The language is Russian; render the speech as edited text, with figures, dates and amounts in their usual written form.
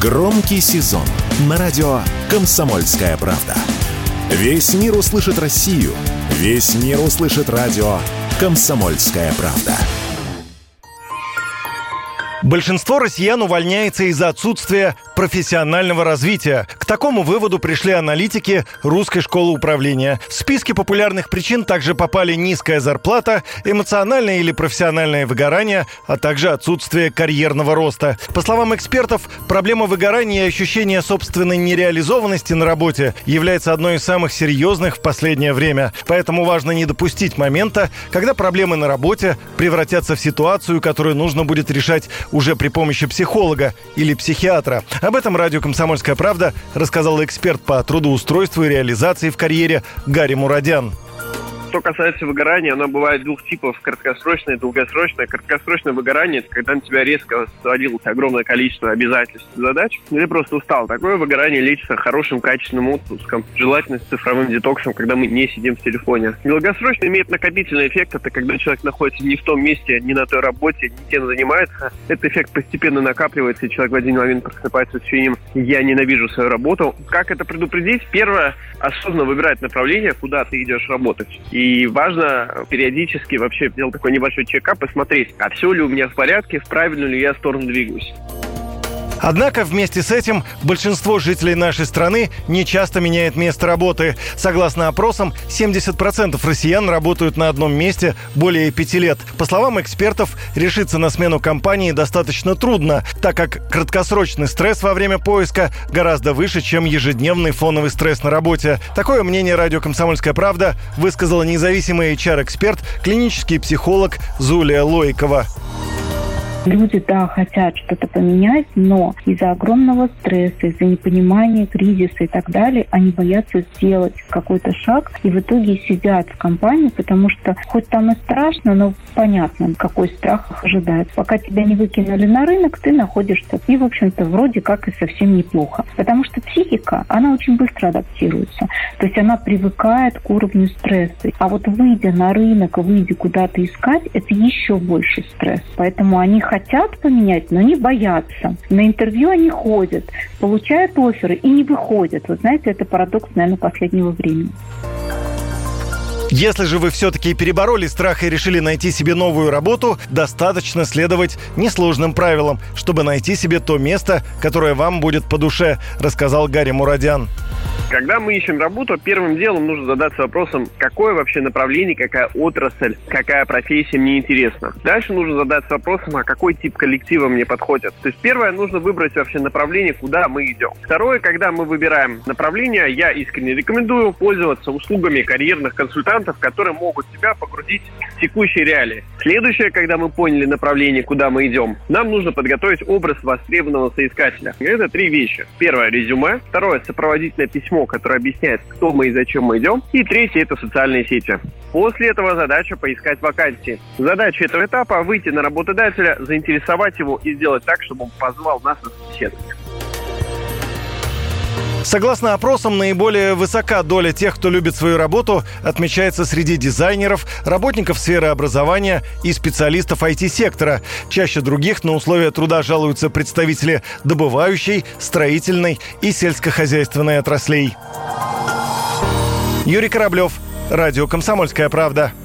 Громкий сезон на радио «Комсомольская правда». Весь мир услышит Россию. Весь мир услышит радио «Комсомольская правда». Большинство россиян увольняется из-за отсутствия профессионального развития. К такому выводу пришли аналитики Русской школы управления. В списке популярных причин также попали низкая зарплата, эмоциональное или профессиональное выгорание, а также отсутствие карьерного роста. По словам экспертов, проблема выгорания и ощущения собственной нереализованности на работе является одной из самых серьезных в последнее время. Поэтому важно не допустить момента, когда проблемы на работе превратятся в ситуацию, которую нужно будет решать уже при помощи психолога или психиатра. Об этом радио «Комсомольская правда» рассказал эксперт по трудоустройству и реализации в карьере Гарри Мурадян. Что касается выгорания, оно бывает двух типов: краткосрочное и долгосрочное. Краткосрочное выгорание – это когда на тебя резко свалилось огромное количество обязательств и задач, или просто устал. Такое выгорание лечится хорошим, качественным отпуском, желательно с цифровым детоксом, когда мы не сидим в телефоне. Долгосрочное имеет накопительный эффект. Это когда человек находится не в том месте, не на той работе, не тем занимается. Этот эффект постепенно накапливается, и человек в один момент просыпается с ощущением «я ненавижу свою работу». Как это предупредить? Первое – осознанно выбирать направление, куда ты идешь работать. И важно периодически вообще делать такой небольшой чекап, посмотреть, а все ли у меня в порядке, в правильную ли я сторону двигаюсь. Однако вместе с этим большинство жителей нашей страны не часто меняет место работы. Согласно опросам, 70% россиян работают на одном месте более 5 лет. По словам экспертов, решиться на смену компании достаточно трудно, так как краткосрочный стресс во время поиска гораздо выше, чем ежедневный фоновый стресс на работе. Такое мнение радио «Комсомольская правда» высказала независимый HR-эксперт, клинический психолог Зулия Лойкова. Люди, да, хотят что-то поменять, но из-за огромного стресса, из-за непонимания, кризиса и так далее, они боятся сделать какой-то шаг и в итоге сидят в компании, потому что хоть там и страшно, но понятно, какой страх их ожидает. Пока тебя не выкинули на рынок, ты находишься и, в общем-то, вроде как и совсем неплохо. Потому что психика, она очень быстро адаптируется. То есть она привыкает к уровню стресса. А вот выйдя на рынок, выйдя куда-то искать, это еще больше стресс. Поэтому они хотят поменять, но не боятся. На интервью они ходят, получают офферы и не выходят. Вы знаете, это парадокс, наверное, последнего времени. Если же вы все-таки перебороли страх и решили найти себе новую работу, достаточно следовать несложным правилам, чтобы найти себе то место, которое вам будет по душе, рассказал Гарри Мурадян. Когда мы ищем работу, первым делом нужно задаться вопросом, какое вообще направление, какая отрасль, какая профессия мне интересна. Дальше нужно задаться вопросом, а какой тип коллектива мне подходит. То есть первое, нужно выбрать вообще направление, куда мы идем. Второе, когда мы выбираем направление, я искренне рекомендую пользоваться услугами карьерных консультантов, которые могут тебя погрузить в текущие реалии. Следующее, когда мы поняли направление, куда мы идем, нам нужно подготовить образ востребованного соискателя. Это 3 вещи. Первое – резюме. Второе – сопроводительное письмо, которое объясняет, кто мы и зачем мы идем. И третье – это социальные сети. После этого задача поискать вакансии. Задача этого этапа – выйти на работодателя, заинтересовать его и сделать так, чтобы он позвал нас на собеседование. Согласно опросам, наиболее высока доля тех, кто любит свою работу, отмечается среди дизайнеров, работников сферы образования и специалистов IT-сектора. Чаще других на условия труда жалуются представители добывающей, строительной и сельскохозяйственной отраслей. Юрий Кораблев, радио «Комсомольская правда».